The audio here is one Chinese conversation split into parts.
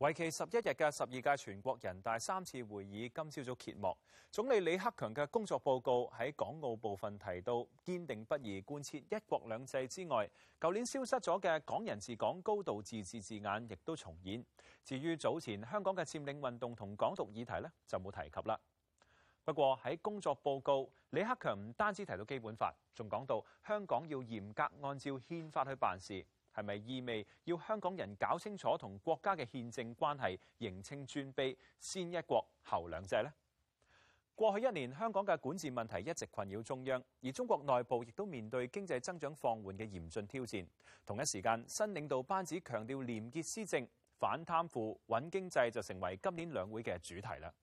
為期11日嘅12屆全國人大3次會議今朝早揭幕。總理李克強嘅工作報告喺港澳部分提到，堅定不移貫徹一國兩制之外，舊年消失咗嘅港人治港、高度自治字眼亦都重現。至於早前香港嘅佔領運動同港獨議題呢，就冇提及啦。不過喺工作報告，李克強唔單止提到基本法，仲講到香港要嚴格按照憲法去辦事。係咪意味要香港人搞清楚同國家嘅憲政關係，認清尊卑，先一國後兩制呢？過去1年，香港嘅管治問題一直困擾中央，而中國內部亦都面對經濟增長放緩嘅嚴峻挑戰。同一時間，新領導班子強調廉潔施政、反貪腐、穩經濟就成為今年兩會嘅主題啦。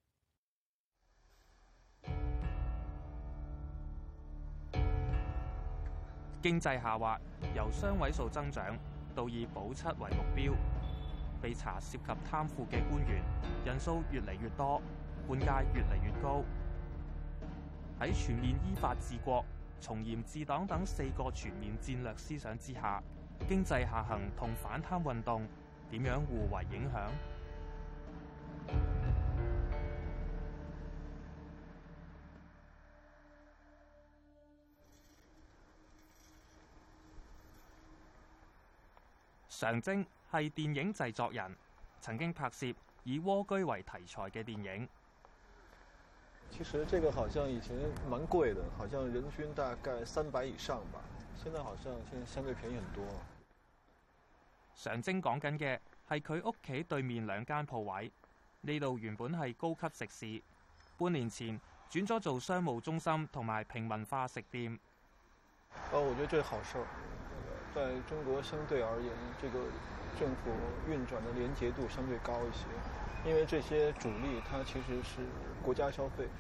經濟下滑，由雙位數增長到以保7為目標，被查涉及貪腐嘅官員人數越嚟越多，官階越嚟越高。喺全面依法治國、從嚴治黨等4個全面戰略思想之下，經濟下行同反貪運動點樣互為影響？常晶係電影製作人，曾經拍攝以蝸居為題材嘅電影。 其實這個好像以前蠻貴的，好像人均大概300以上吧。現在好像現在相對便宜很多。 常晶講緊嘅係佢屋企對面2間鋪位，呢度原本係高級食肆，半年前轉咗做商務中心同埋平民化食店。 我覺得這是好事。在中國相對而言，這個政府運轉的廉潔度相對高一些，因為這些主力它其實是國家消費。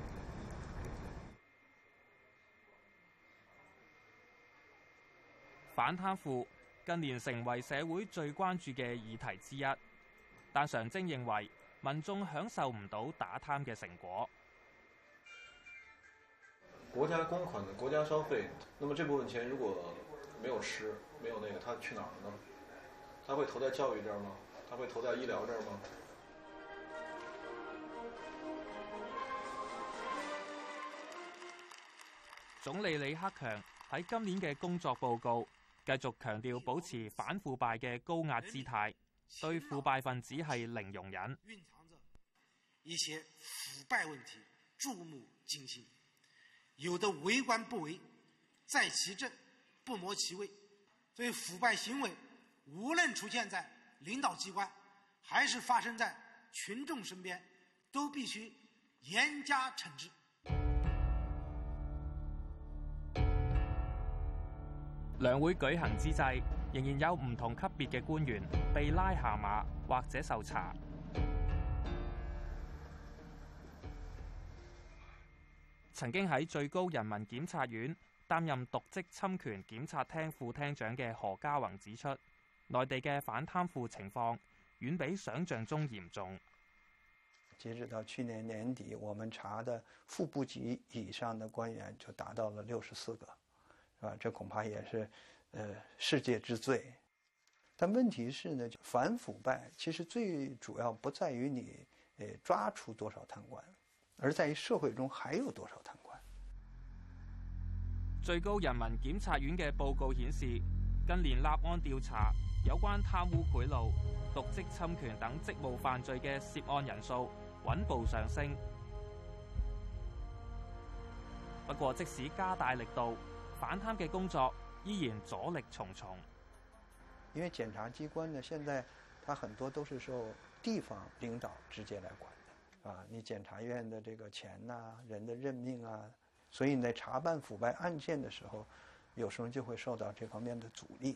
反貪腐近年成為社會最關注嘅議題之一，但常晶認為民眾享受唔到打貪嘅成果。 國家公款的國家消費，那麼這部分錢如果沒有吃，沒有那個，他去哪兒呢？他會投在教育這兒嗎？他會投在醫療這兒嗎？ 總理李克強喺今年嘅工作報告繼續強調保持反腐敗嘅高壓姿態，對腐敗分子係零容忍。 蘊藏着一些腐敗問題，觸目驚心，有的為官不為，在其政不謀其位，所以腐敗行為無論出現在領導機關，還是發生在群眾身邊，都必須嚴加懲治。 兩會舉行之際，仍然有唔同級別嘅官員被拉下馬或者受查。曾經喺最高人民檢察院擔任瀆職侵權檢察廳副廳長嘅何家宏指出，內地嘅反貪腐情況遠比想象中嚴重。 截止到去年年底，我們查的副部級以上的官員就達到了64個，是吧？這恐怕也是世界之最。但問題是呢，反腐敗其實最主要不在於你抓出多少貪官，而在於社會中還有多少貪官。 最高人民檢察院嘅報告顯示，近年立案調查有關貪污賄賂、瀆職侵權等職務犯罪嘅涉案人數穩步上升。不過，即使加大力度，反貪嘅工作依然阻力重重。 因為檢察機關呢，現在它很多都是受地方領導直接來管的，啊，你檢察院的這個錢呐、人的任命啊。所以你在查辦腐敗案件的時候，有時候就會受到這方面的阻力。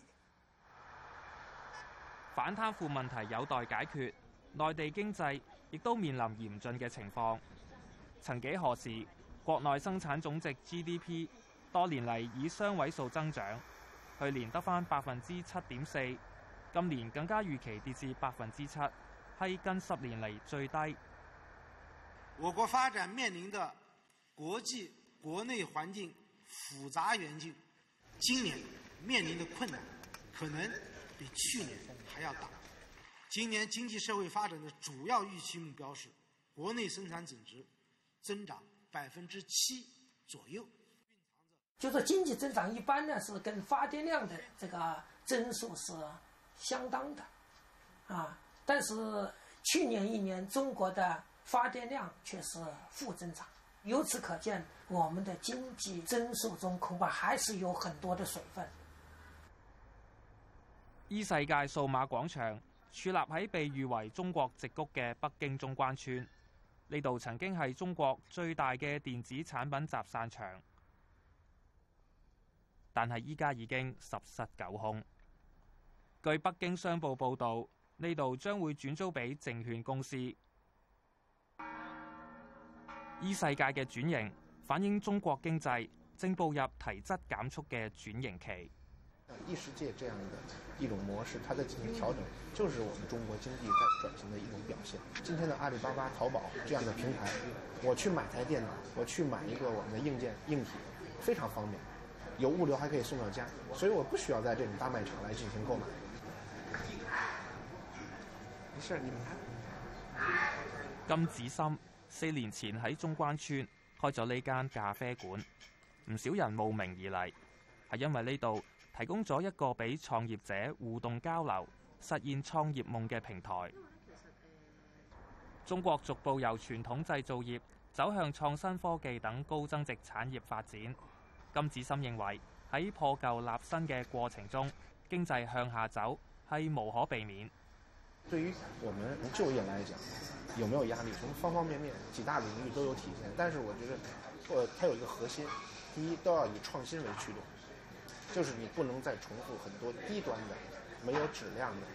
反貪腐問題有待解決，內地經濟亦都面臨嚴峻嘅情況。曾幾何時，國內生產總值 GDP 多年嚟以雙位數增長，去年得返7.4%，今年更加預期跌至7%，係近10年嚟最低。 我國發展面臨的國際國內環境複雜嚴峻，今年面臨的困難可能比去年還要大。 今年经济社会发展的主要预期目标是国内生产总值增长7%左右。 就是经济增长一般呢是跟发电量的这个增速是相当的，但是去年1年中国的发电量却是负增长，由此可见我们的经济增速中恐怕還是有很多的水分。 依世界數碼廣場矗立喺被譽為中國矽谷嘅北京中關村，呢度曾經係中國最大嘅電子產品集散場，但係依家已經十室九空。據北京商報報導，呢度將會轉租俾證券公司。依世界嘅轉型反映中國經濟正步入提質減速嘅轉型期。 异世界这样的一种模式，它在进行调整，就是我们中国经济在转型的一种表现。今天的阿里巴巴、淘宝这样的平台，我去买台电脑，我去买一个我们的硬件硬体，非常方便，有物流还可以送到家，所以我不需要在这种大卖场来進行購買。沒事，你們看。 金子森4年前喺中關村開咗呢間咖啡館，唔少人慕名而嚟，係因為呢度提供咗一個俾創業者互動交流、實現創業夢嘅平台。中國逐步由傳統製造業走向創新科技等高增值產業發展。金子森認為喺破舊立新嘅過程中，經濟向下走係無可避免。 對於我們就業來講，有沒有壓力？從方方面面幾大領域都有體現。但是我覺得，它有一個核心，第一都要以創新為驅動。就是你不能再重複很多低端的、沒有質量的。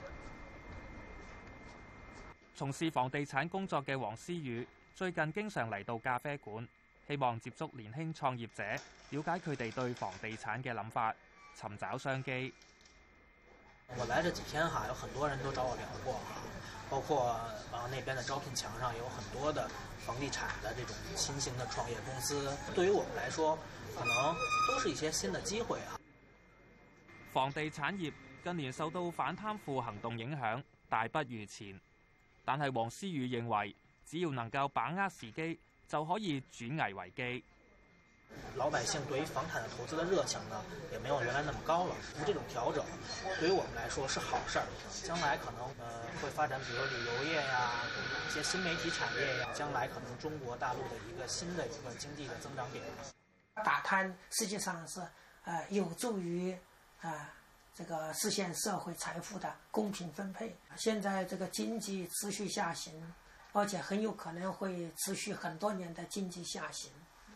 從事房地產工作嘅黃思宇最近經常嚟到咖啡館，希望接觸年輕創業者，了解佢哋對房地產嘅諗法，尋找商機。 我來這幾天有很多人都找我聊過包括那邊的招聘牆上有很多的房地產的這種新型的創業公司，對於我們來說，可能都是一些新的機會房地產業近年受到反貪腐行動影響，大不如前。但係黃思宇認為，只要能夠把握時機，就可以轉危為機。 老百姓對於房產的投資的熱情呢，也沒有原來那麼高了。這種調整對於我們來說是好事兒，將來可能會發展，比如旅遊業呀，一些新媒體產業呀，將來可能中國大陸的一個新的一個經濟的增長點。 打貪實際上是有助於這個實現社會財富的公平分配。現在這個經濟持續下行，而且很有可能會持續很多年的經濟下行，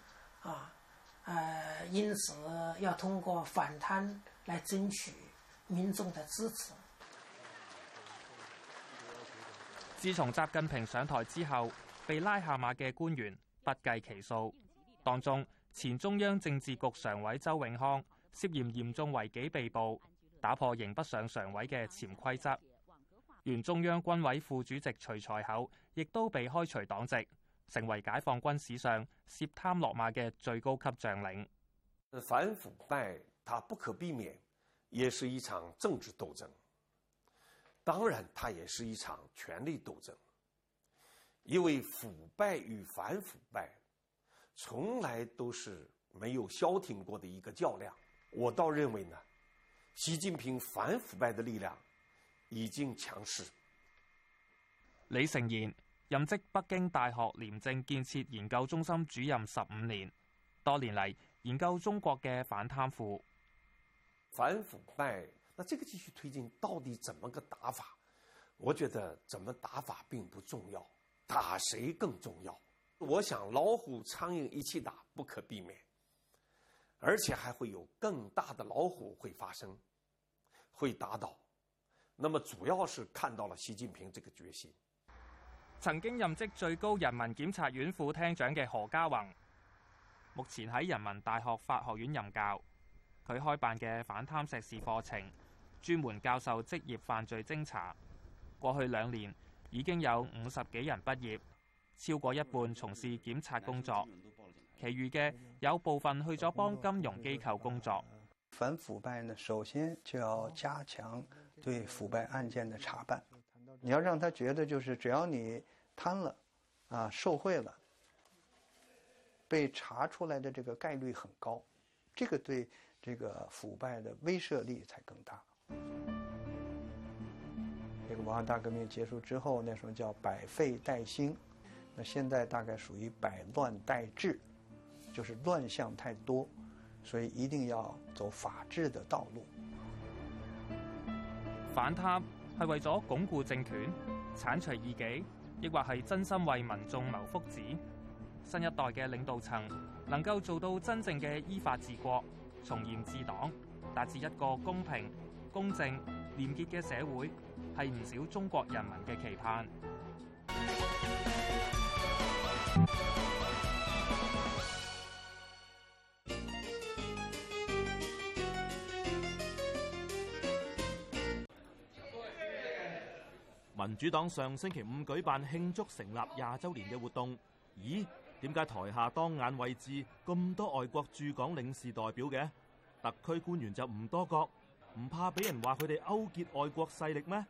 因此要通過反貪來爭取民眾的支持。 自從習近平上台之後，被拉下馬嘅官員不計其數，當中前中央政治局常委周永康涉嫌嚴重違紀被捕，打破刑不上常委嘅潛規則。原中央軍委副主席徐才厚亦都被開除黨籍，成為解放軍史上涉貪落馬嘅最高級將領。 反腐敗它不可避免，也是一場政治鬥爭，當然它也是一場權力鬥爭，因為腐敗與反腐敗從來都是沒有消停過的一個較量。我倒認為呢，習近平反腐敗的力量已經強勢。 李成賢任職北京大學廉政建設研究中心主任15年，多年嚟研究中國嘅反貪腐。 反腐敗，那這個繼續推進到底怎麼個打法？我覺得怎麼打法並不重要，打誰更重要。我想老虎蒼蠅一起打不可避免，而且還會有更大的老虎會發生，會打倒。那麼主要是看到了習近平這個決心。 曾經任職最高人民檢察院副廳長嘅何家宏，目前喺人民大學法學院任教。佢開辦嘅反貪碩士課程，專門教授職業犯罪偵查。過去2年已經有50幾人畢業，超過一半從事檢察工作，其餘嘅有部分去咗幫金融機構工作。 反腐敗呢，首先就要加強對腐敗案件的查辦， 你要让他觉得就是只要你贪了，受贿了，被查出来的这个概率很高，这个对这个腐败的威慑力才更大。这个文化大革命结束之后，那时候叫百废待兴，那现在大概属于百乱待治，就是乱象太多，所以一定要走法治的道路。 反貪係為咗鞏固政權、剷除異己，抑或係真心為民眾謀福祉？新一代嘅領導層能夠做到真正嘅依法治國、從嚴治黨，達至一個公平、公正、廉潔嘅社會，係唔少中國人民嘅期盼。 民主黨上星期五舉辦慶祝成立20週年嘅活動，咦？點解台下當眼位置咁多外國駐港領事代表嘅？特區官員就唔多覺，唔怕俾人話佢哋勾結外國勢力咩？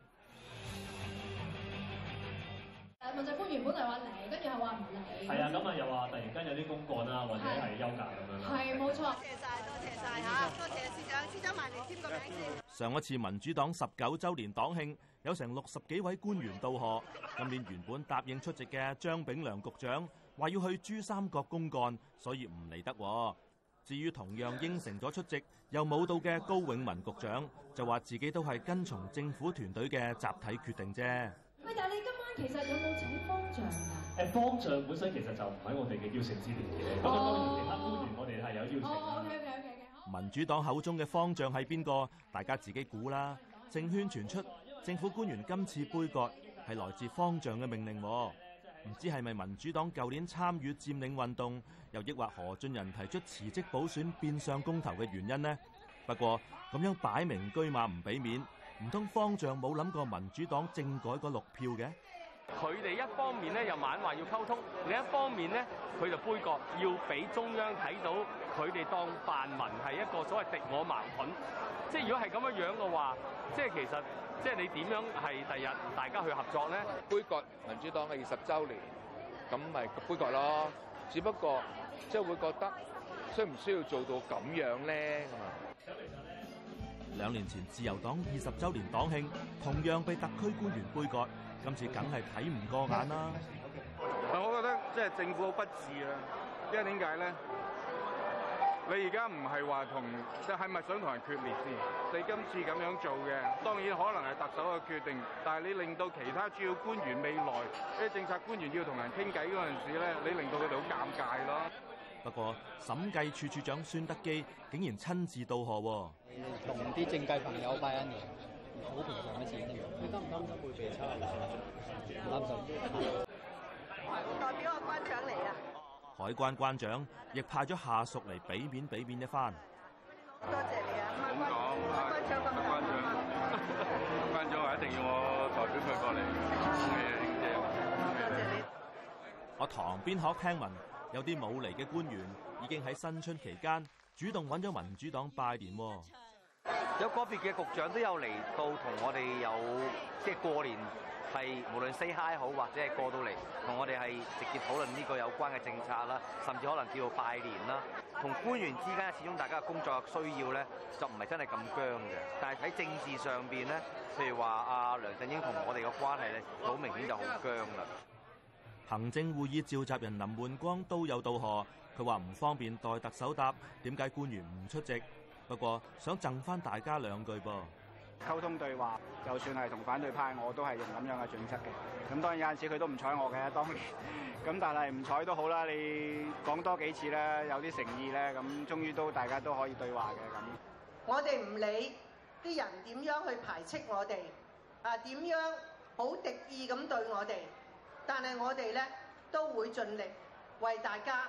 問責官員本嚟話嚟，跟住又話唔嚟。係啊，咁啊又話突然間有啲公幹啦，或者係休假咁樣啦。係冇錯。多謝晒，多謝晒嚇，多謝司長，司長埋嚟簽個名先。 上一次民主黨19週年黨慶，有成60幾位官員到賀。今年原本答應出席嘅張炳良局長話要去珠三角公幹，所以唔嚟得。至於同樣應承咗出席又冇到嘅高永文局長，就話自己都係跟從政府團隊嘅集體決定啫。 喂，但係你今晚其實有冇請方丈㗎？ 方丈本身其實就唔喺我哋嘅邀請之列嘅，咁當然其他官員我哋係有邀請。 OK。民主黨口中嘅方丈係邊個？大家自己估啦。政圈傳出政府官員今次杯葛係來自方丈嘅命令，唔知係咪民主黨舊年參與佔領運動，又抑或何俊仁提出辭職補選變相公投嘅原因呢？不過咁樣擺明車馬唔俾面。唔通方丈冇諗過民主黨政改嗰6票嘅？ 佢哋一方面咧又猛話要溝通，另一方面咧佢就杯葛，要俾中央睇到佢哋當泛民係一個所謂敵我矛盾。即係如果係咁樣嘅話，即係其實即係你點樣係第日大家去合作咧？ 杯葛民主黨嘅20週年，咁咪杯葛咯。只不過即係會覺得需唔需要做到咁樣咧？ 2年前自由黨20週年黨慶同樣被特區官員杯葛，今次梗係睇唔過眼啦。 我覺得即係政府好不智啦，因為點解咧？你而家唔係話同即係咪想同人決裂先？你今次咁樣做嘅，當然可能係特首嘅決定，但係你令到其他主要官員未來啲政策官員要同人傾偈嗰陣時咧，你令到佢哋好尷尬咯。 不過，審計處處長孫德基竟然親自到賀喎。 同啲政計朋友拜一年，好平常嘅事啫。你擔唔擔心會被抄？唔擔心。 代表個關長嚟啊！ 海關關長亦派咗下屬嚟俾面一番。 多謝你啊！關長咁講啊！ 關長話一定要我代表佢過嚟， 多謝你。 我堂邊學聽聞。 有啲冇嚟嘅官員已經喺新春期間主動揾咗民主黨拜年喎。 有個別嘅局長都有嚟到同我哋有即係過年係無論 say hi 好或者係過到嚟同我哋係直接討論呢個有關嘅政策啦，甚至可能叫做拜年啦。同官員之間始終大家嘅工作需要咧，就唔係真係咁僵嘅。但係喺政治上邊咧，譬如話阿梁振英同我哋嘅關係咧，好明顯就好僵啦。 行政會議召集人林煥光都有到賀，佢話唔方便代特首答點解官員唔出席，不過想贈翻大家2句噃。 溝通對話，就算係同反對派，我都係用咁樣嘅準則嘅。咁當然有陣時佢都唔睬我嘅，當然。咁但係唔睬都好啦，你講多幾次咧，有啲誠意咧，咁終於都大家都可以對話嘅咁。 我哋唔理啲人點樣去排斥我哋，點樣好敵意咁對我哋。 但係我哋咧都會盡力為大家。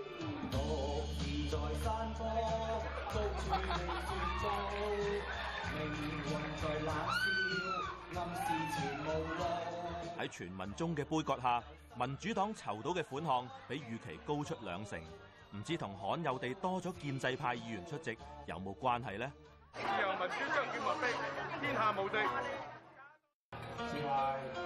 喺傳聞中嘅杯葛下，民主黨籌到嘅款項比預期高出2成，唔知同罕有地多咗建制派議員出席有冇關係呢？ 自由民主將建立的天下無敵。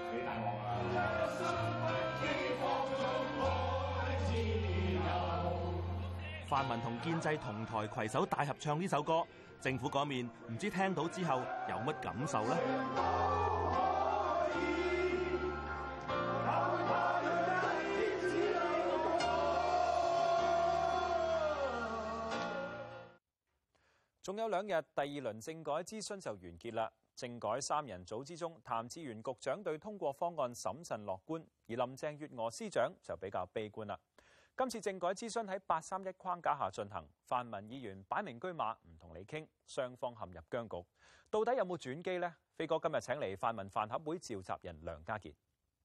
泛民同建制同台攜手大合唱呢首歌，政府嗰面唔知聽到之後有乜感受呢？ 仲有2日，第2輪政改諮詢就完結啦。政改3人組之中，譚志源局長對通過方案審慎樂觀，而林鄭月娥司長就比較悲觀啦。今次政改諮詢喺831框架下進行，泛民議員擺明車馬唔同你傾，雙方陷入僵局。到底有冇轉機呢？飛哥今日請嚟泛民飯盒會召集人梁家傑。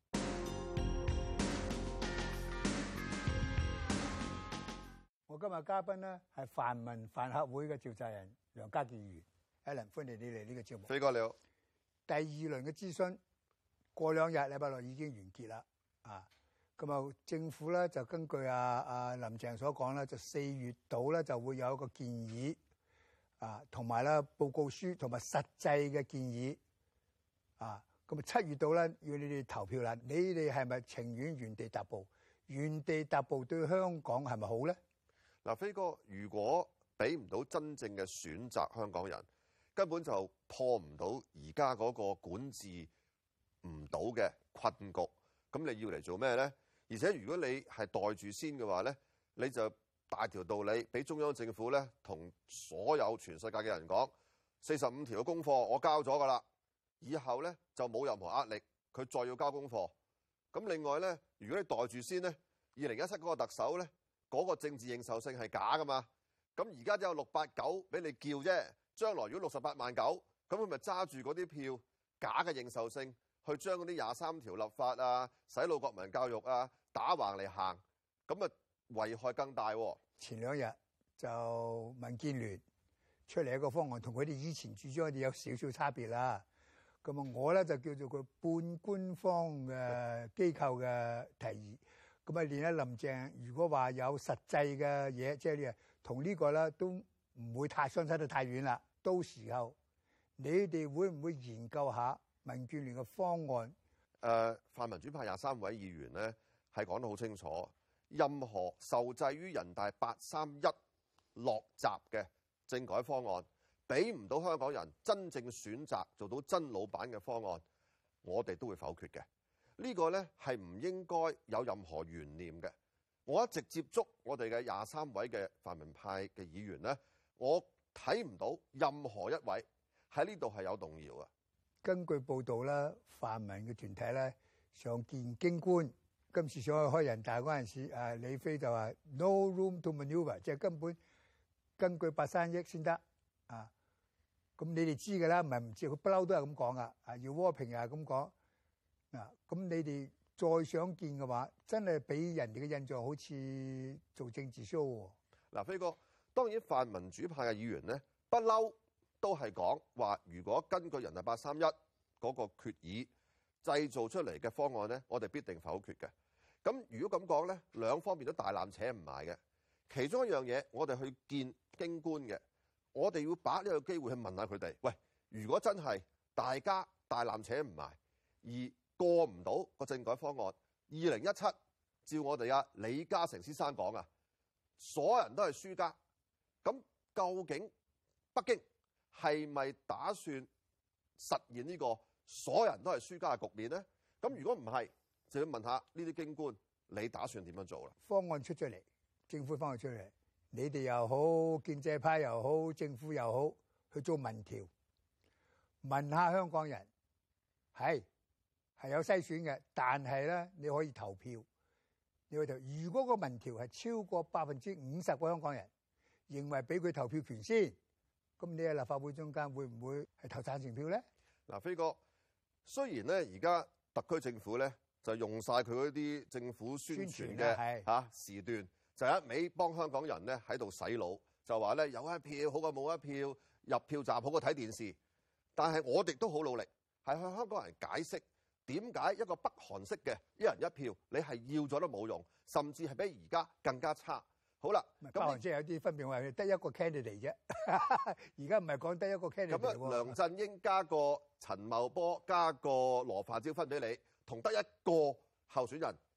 我今日嘉賓呢係泛民飯盒會嘅召集人梁家傑議員。Alan， 歡迎你嚟呢個節目。 飛哥你好。 第2輪嘅諮詢過2日，禮拜六已經完結啦。咁啊，政府咧就根據林鄭所講咧，就4月度咧就會有一個建議同埋咧報告書同埋實際嘅建議咁啊7月度咧要你哋投票啦。你哋係咪情願原地踏步？原地踏步對香港係咪好咧？ 嗱，飛哥，如果俾唔到真正嘅選擇，香港人根本就破唔到而家嗰個管治唔到嘅困局。咁你要嚟做咩咧？而且如果你係袋住先嘅話咧，你就大條道理俾中央政府咧同所有全世界嘅人講，45條嘅功課我交咗㗎啦，以後咧就冇任何壓力，佢再要交功課。咁另外咧，如果你袋住先咧，2017嗰個特首咧嗰個政治認受性係假㗎嘛。咁而家只有689俾你叫啫，將來如果68萬9，咁佢咪揸住嗰啲票假嘅認受性，去將嗰啲23條立法啊、洗腦國民教育啊打橫嚟行，咁啊危害更大喎。 前2日就民建聯出嚟一個方案，同佢哋以前主張嘅有少少差別啦。咁啊，我咧就叫做佢半官方嘅機構嘅提議。咁啊，連林鄭如果話有實際嘅嘢，即係同呢個咧都唔會太相差得太遠啦。到時候你哋會唔會研究下民建聯嘅方案？ 泛民主派23位議員咧係講得好清楚，任何受制於人大831落閘嘅政改方案，俾唔到香港人真正選擇做到真老闆嘅方案，我哋都會否決嘅。呢個咧係唔應該有任何懸念嘅。我一直接觸我哋嘅23位嘅泛民派嘅議員咧，我睇唔到任何一位喺呢度係有動搖嘅。 根據報道咧，泛民嘅團體咧想見京官，今次想去開人大嗰陣時，李飛就話 no room to manoeuvre， 即係根據831億先得啊。咁你哋知㗎啦，唔係唔知，佢不嬲都係咁講噶。姚窩平又係咁講嗱。咁你哋再想見嘅話，真係俾人哋嘅印象好似做政治 show 喎。 嗱，飛哥，當然泛民主派嘅議員咧，不嬲都係講話，如果根據人大831嗰個決議製造出嚟嘅方案咧，我哋必定否決嘅。咁如果咁講咧，兩方面都大纜扯唔埋嘅。其中一樣嘢，我哋去見京官嘅，我哋要把握呢個機會去問下佢哋，喂，如果真係大家大纜扯唔埋，而過唔到個政改方案，2017照我哋李嘉誠先生講所有人都係輸家。咁究竟北京係咪打算實現呢個所有人都係輸家嘅局面咧？咁如果唔係，就要問下呢啲京官，你打算點樣做啦？ 方案出咗嚟，政府方案出嚟，你哋又好，建制派又好，政府又好，去做民調，問下香港人係有篩選嘅，但係咧你可以投票，你可以投。如果個民調係超過50%嘅香港人認為俾佢投票權先，咁你喺立法會中間會唔會係投贊成票咧？ 嗱，飛哥，雖然咧而家特區政府咧就用晒佢嗰啲政府宣傳嘅時段，就一味幫香港人咧喺度洗腦，就話咧有一票好過冇一票，入票站好過睇電視。但係我哋都好努力，係向香港人解釋點解一個北韓式嘅一人一票，你係要咗都冇用，甚至係比而家更加差。好啦， 咁即係有啲分別，話得一個 candidate 啫。而家唔係講得一個 candidate 喎。 咁梁振英加個陳茂波加個羅范椒芬俾你，同得一個候選人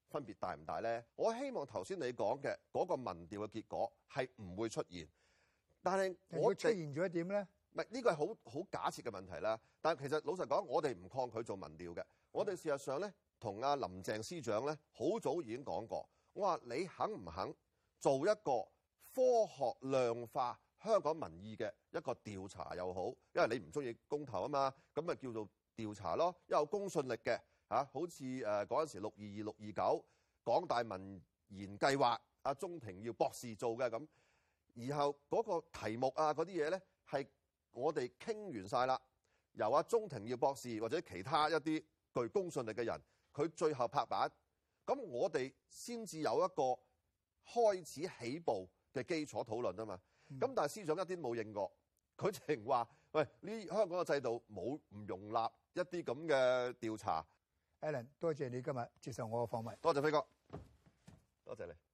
分別大唔大咧？我希望頭先你講嘅嗰個民調嘅結果係唔會出現，但係我出現咗點咧？ 唔係呢個係好假設嘅問題啦。但係其實老實講，我哋唔抗拒做民調嘅。我哋事實上咧，同阿林鄭司長咧，好早已經講過，我話你肯唔肯做一個科學量化香港民意嘅一個調查又好，因為你唔中意公投啊嘛，咁咪叫做調查咯，有公信力嘅嚇，好似嗰陣時622、629港大民研計劃，阿鍾庭耀博士做嘅咁，然後嗰個題目啊嗰啲嘢咧係我哋傾完晒啦，由阿鍾庭耀博士或者其他一啲具公信力嘅人，佢最後拍板，咁我哋先至有一個開始起步嘅基礎討論啊嘛。咁但係司長一啲冇應過，佢直情話：喂，呢香港嘅制度冇唔容納一啲咁嘅調查。 Alan， 多謝你今日接受我嘅訪問。 多謝飛哥，多謝你。